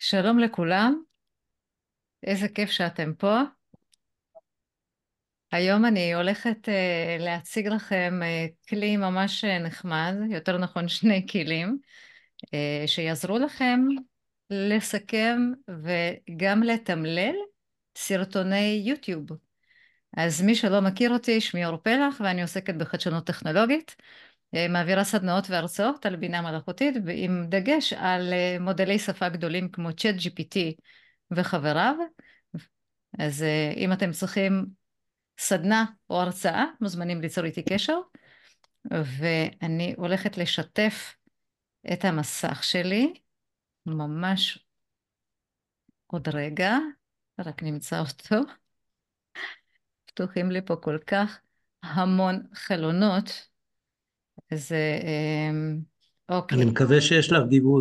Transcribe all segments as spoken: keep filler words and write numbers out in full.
שלום לכולם, איזה כיף שאתם פה. היום אני הולכת uh, להציג לכם uh, כלי ממש אה, נחמד, יותר נכון שני כלים, uh, שיעזרו לכם לסכם וגם לתמלל סרטוני יוטיוב. אז מי שלא מכיר אותי, שמי אור פלח ואני עוסקת בחדשנות טכנולוגית, uh, מעבירה סדנאות והרצאות על בינה מלאכותית עם דגש על uh, מודלי שפה גדולים כמו צ'אט ג'י פי טי וחבריו. אז אה, אם אתם צריכים סדנה או הרצאה, מוזמנים ליצור איתי קשר, ואני הולכת לשתף את המסך שלי, ממש עוד רגע, רק נמצא אותו. פתוחים לי פה כל כך המון חלונות, אז אה, אני אוקיי. מקווה שיש לך גיבוי.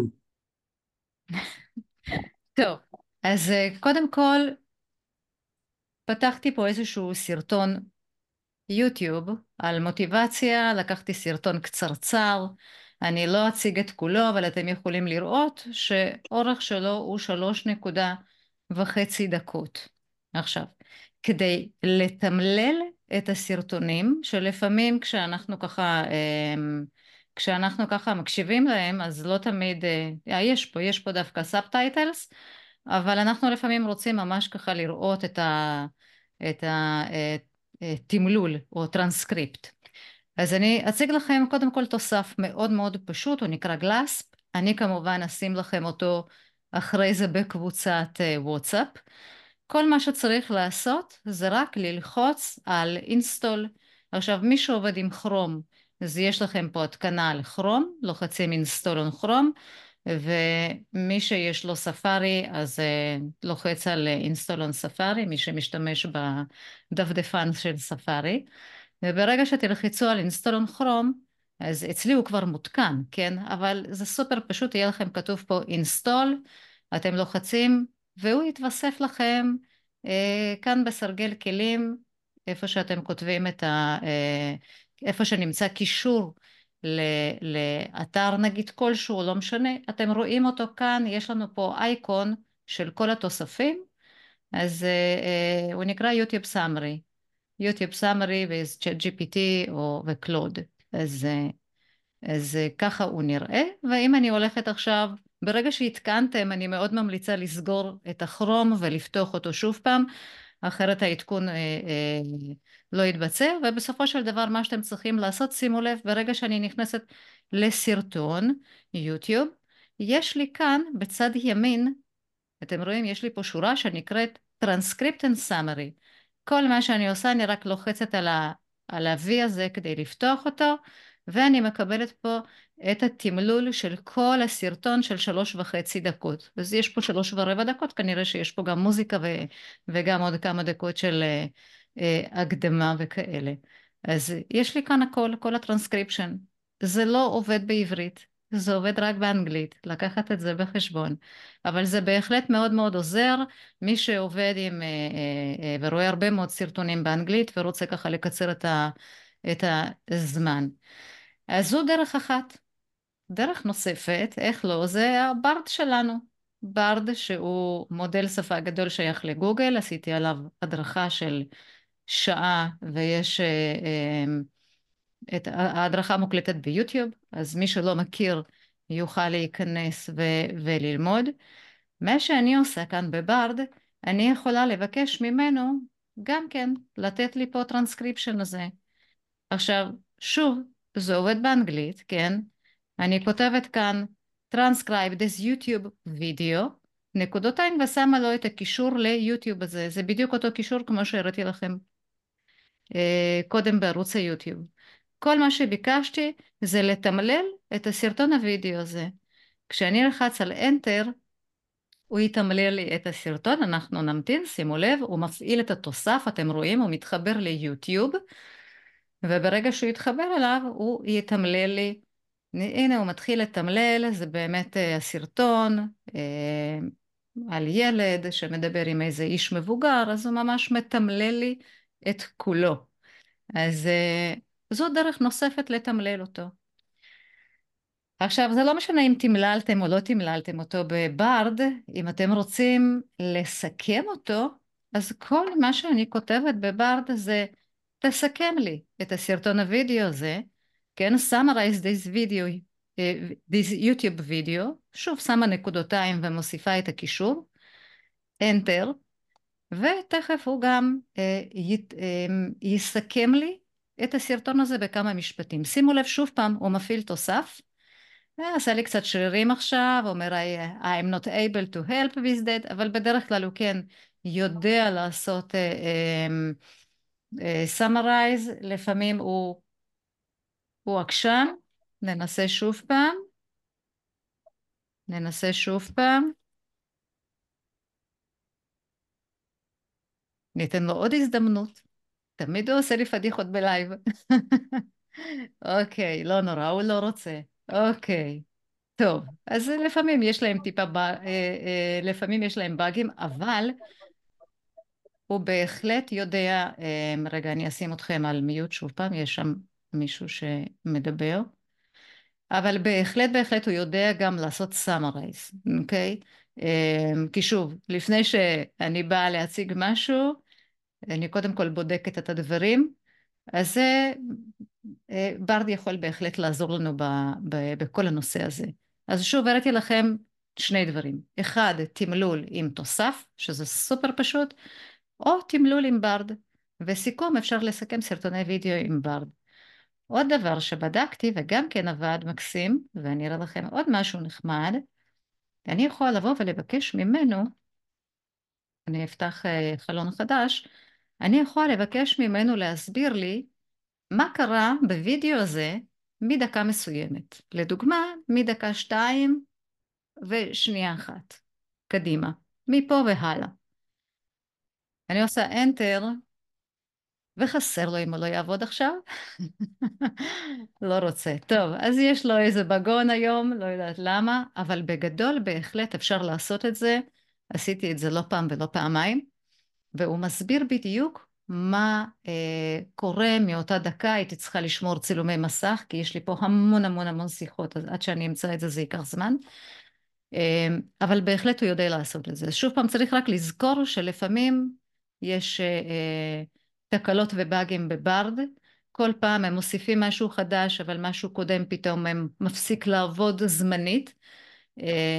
טוב, אז אה, קודם כל פתחתי פה איזשהו סרטון יוטיוב על מוטיבציה, לקחתי סרטון קצרצר, אני לא אציג את כולו, אבל אתם יכולים לראות שאורך שלו הוא שלוש נקודה וחצי דקות. עכשיו, כדי לתמלל את הסרטונים, שלפעמים כשאנחנו ככה, אמ, כשאנחנו ככה מקשיבים להם, אז לא תמיד, אה, אה, יש פה, יש פה דווקא סאבטייטלס, אבל אנחנו לפעמים רוצים ממש ככה לראות את ה... את ה... תמלול או טרנסקריפט. אז אני אציג לכם קודם כל תוסף מאוד מאוד פשוט, הוא נקרא גלאספ. אני כמובן אשים לכם אותו אחרי זה בקבוצת וואטסאפ. כל מה שצריך לעשות זה רק ללחוץ על אינסטול. עכשיו מי שעובד עם כרום, אז יש לכם פה התקנה על כרום, לוחצים אינסטול on כרום, ומי שיש לו ספארי אז uh, לוחץ על אינסטול on ספארי, מי שמשתמש בדפדפן של ספארי, וברגע שתלחצו על אינסטול on כרום, אז אצלי הוא כבר מותקן, כן? אבל זה סופר פשוט, יהיה לכם כתוב פה אינסטול, אתם לוחצים והוא יתווסף לכם אה, כאן בסרגל כלים, איפה שאתם כותבים את ה... אה, איפה שנמצא קישור לאתר נגיד כלשהו, לא משנה, אתם רואים אותו כאן, יש לנו פה אייקון של כל התוספים, אז uh, uh, הוא נקרא יוטיוב סאמרי, יוטיוב סאמרי וצ'אט ג'י פי טי וקלוד, אז, uh, אז uh, ככה הוא נראה, ואם אני הולכת עכשיו, ברגע שהתקנתם אני מאוד ממליצה לסגור את הכרום ולפתוח אותו שוב פעם, אחרת העדכון אה, אה, לא יתבצע, ובסופו של דבר מה שאתם צריכים לעשות, שימו לב, ברגע שאני נכנסת לסרטון יוטיוב, יש לי כאן בצד ימין, אתם רואים, יש לי פה שורה שנקראת Transcript and Summary. כל מה שאני עושה, אני רק לוחצת על ה, על ה-V הזה כדי לפתוח אותו, ואני מקבלת פה את התמלול של כל הסרטון של שלוש וחצי דקות. אז יש פה שלוש ורבע דקות, כנראה שיש פה גם מוזיקה ו, וגם עוד כמה דקות של אה, אה, הקדמה וכאלה. אז יש לי כאן הכל, כל הטרנסקריפשן. זה לא עובד בעברית, זה עובד רק באנגלית, לקחת את זה בחשבון. אבל זה בהחלט מאוד מאוד עוזר, מי שעובד עם, אה, אה, אה, ורואה הרבה מאוד סרטונים באנגלית ורוצה ככה לקצר את ה, את הזמן. אז זו דרך אחת. דרך נוספת, איך לא, זה הברד שלנו. ברד שהוא מודל שפה גדול שייך לגוגל, עשיתי עליו הדרכה של שעה ויש אה, אה, את ההדרכה מוקלטת ביוטיוב, אז מי שלא מכיר יוכל להיכנס ו- וללמוד. מה שאני עושה כאן בברד, אני יכולה לבקש ממנו גם כן לתת לי פה טרנסקריפשן הזה. עכשיו, שוב, זה עובד באנגלית, כן? אני כותבת כאן transcribe this YouTube video, נקודותיים, ושמה לו את הקישור ליוטיוב הזה. זה בדיוק אותו קישור כמו שהראיתי לכם אה, קודם בערוץ היוטיוב. כל מה שביקשתי זה לתמלל את הסרטון הוידאו הזה. כשאני אלחץ על Enter, הוא יתמלל לי את הסרטון, אנחנו נמתין, שימו לב, הוא מפעיל את התוסף, אתם רואים, הוא מתחבר ליוטיוב, וברגע שהוא יתחבר אליו, הוא יתמלל לי, הנה הוא מתחיל לתמלל, זה באמת אה, הסרטון, אה, על ילד שמדבר עם איזה איש מבוגר, אז הוא ממש מתמלל לי את כולו. אז אה, זו דרך נוספת לתמלל אותו. עכשיו, זה לא משנה אם תמללתם או לא תמללתם אותו בברד, אם אתם רוצים לסכם אותו, אז כל מה שאני כותבת בברד זה, תסכם לי את הסרטון הוידאו הזה, כן, summarize this video, אה, this YouTube video, שוב שמה נקודותיים ומוסיפה את הקישור, enter, ותכף הוא גם אה, י, אה, יסכם לי את הסרטון הזה בכמה משפטים. שימו לב, שוב פעם, הוא מפעיל תוסף, אה, עשה לי קצת שרירים עכשיו, אומר I, I'm not able to help with that, אבל בדרך כלל הוא כן יודע לעשות uh, um, uh, summarize, לפעמים הוא, הוא עקשן, ננסה שוב פעם, ננסה שוב פעם, ניתן לו עוד הזדמנות, תמיד הוא עושה לי פדיחות בלייב. אוקיי, לא נורא, הוא לא רוצה, אוקיי. טוב, אז לפעמים יש להם טיפה, ב... אה, אה, לפעמים יש להם באגים, אבל הוא בהחלט יודע, אמ, רגע, אני אשים אתכם על מיוט שוב פעם, יש שם מישהו שמדבר, אבל בהחלט בהחלט הוא יודע גם לעשות summarize, אוקיי? אמ, כי שוב, לפני שאני באה להציג משהו, אני קודם כל בודקת את הדברים, אז זה, אה, ברד יכול בהחלט לעזור לנו ב, ב, בכל הנושא הזה. אז שוב, הראיתי לכם שני דברים. אחד, תמלול עם תוסף, שזה סופר פשוט, או תמלול עם ברד, וסיכום אפשר לסכם סרטוני וידאו עם ברד. עוד דבר שבדקתי וגם כן עבד מקסים, ואני אראה לכם עוד משהו נחמד, אני יכולה לבוא ולבקש ממנו, אני אפתח אה, חלון חדש, אני יכולה לבקש ממנו להסביר לי מה קרה בווידאו הזה מדקה מסוימת. לדוגמה, מדקה שתיים ושנייה אחת. קדימה. מפה והלאה. אני עושה Enter, וחסר לו אם הוא לא יעבוד עכשיו. לא רוצה. טוב, אז יש לו איזה בגון היום, לא יודעת למה, אבל בגדול בהחלט אפשר לעשות את זה. עשיתי את זה לא פעם ולא פעמיים, והוא מסביר בדיוק מה אה, קורה מאותה דקה. הייתי צריכה לשמור צילומי מסך, כי יש לי פה המון המון המון שיחות, אז עד שאני אמצא את זה זה ייקח זמן. אה, אבל בהחלט הוא יודע לעשות את זה. שוב פעם, צריך רק לזכור שלפעמים יש אה, אה, תקלות ובאגים בברד. כל פעם הם מוסיפים משהו חדש, אבל משהו קודם פתאום הם מפסיק לעבוד זמנית. אה,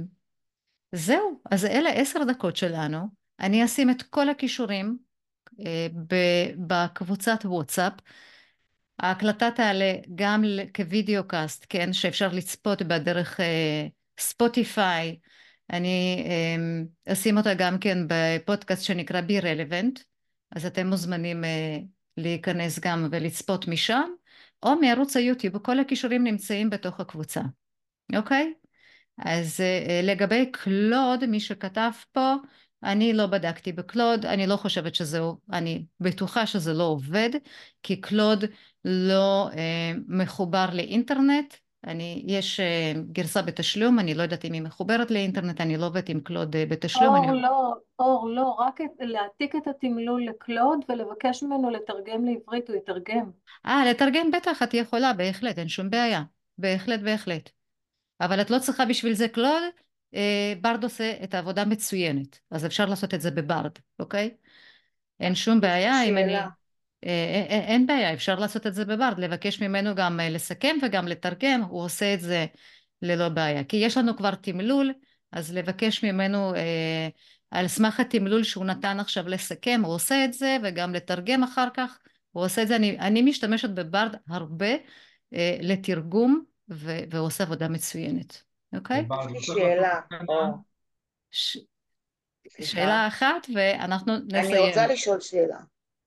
זהו, אז אלה עשר דקות שלנו. אני אשים את כל הכישורים אה, בקבוצת וואטסאפ. ההקלטה תעלה גם כווידאו קאסט, כן, שאפשר לצפות בה דרך אה, ספוטיפיי. אני אה, אשים אותה גם כן בפודקאסט שנקרא בי רלוונט, אז אתם מוזמנים אה, להיכנס גם ולצפות משם, או מערוץ היוטיוב, כל הכישורים נמצאים בתוך הקבוצה, אוקיי? אז אה, לגבי קלוד, מי שכתב פה, אני לא בדקתי בקלוד, אני לא חושבת שזה, אני בטוחה שזה לא עובד, כי קלוד לא אה, מחובר לאינטרנט. אני, יש אה, גרסה בתשלום, אני לא יודעת אם היא מחוברת לאינטרנט, אני לא עובדת עם קלוד אה, בתשלום. אני... אור לא, אור לא, רק את, להעתיק את התמלול לקלוד ולבקש ממנו לתרגם לעברית, הוא יתרגם. אה, לתרגם בטח, את יכולה, בהחלט, אין שום בעיה. בהחלט, בהחלט. אבל את לא צריכה בשביל זה קלוד, אה, ברד עושה את העבודה מצוינת, אז אפשר לעשות את זה בברד, אוקיי? אין שום יש לי בעיה אם שאלה. אני... אה, אה, אה, אין בעיה, אפשר לעשות את זה בברד, לבקש ממנו גם אה, לסכם וגם לתרגם, הוא עושה את זה ללא בעיה. כי יש לנו כבר תמלול, אז לבקש ממנו אה, על סמך התמלול שהוא נתן עכשיו לסכם, הוא עושה את זה, וגם לתרגם אחר כך, הוא עושה את זה. אני, אני משתמשת בברד הרבה אה, לתרגום, ו- והוא עושה עבודה מצוינת, אוקיי? יש לי שאלה, אור, ש- סליחה. שאלה אחת ואנחנו אני רוצה נסיים. לשאול שאלה.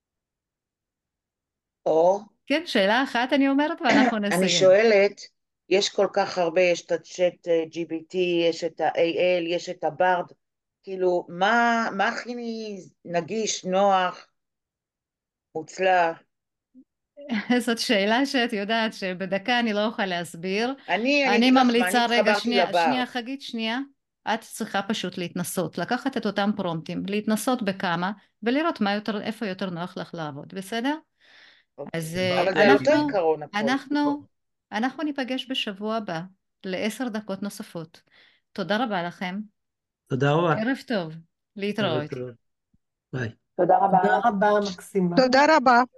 אור, כן, שאלה אחת אני אומרת ואנחנו אני נסיים. שואלת, יש כל כך הרבה, יש את הצ'אט ג'י בי טי, יש את ה-איי אל, יש את הברד, כאילו, מה, מה הכי נגיש, נוח, מוצלח? זאת שאלה שאת יודעת שבדקה אני לא אוכל להסביר. אני, אני אני אגיד לך מה, אני ממליצה, רגע, התחברתי שנייה, לברד. שנייה, חגית, שנייה. את צריכה פשוט להתנסות, לקחת את אותם פרומפטים, להתנסות בכמה, ולראות מה יותר, איפה יותר נוח לך לעבוד, בסדר? אוקיי. אז אה, אבל זה על אותו אנחנו, עיקרון הכל. אנחנו, אנחנו ניפגש בשבוע הבא. לעשר דקות נוספות. תודה רבה לכם. תודה רבה. ערב טוב. להתראות. ביי. תודה רבה. תודה רבה, מקסימה. תודה רבה.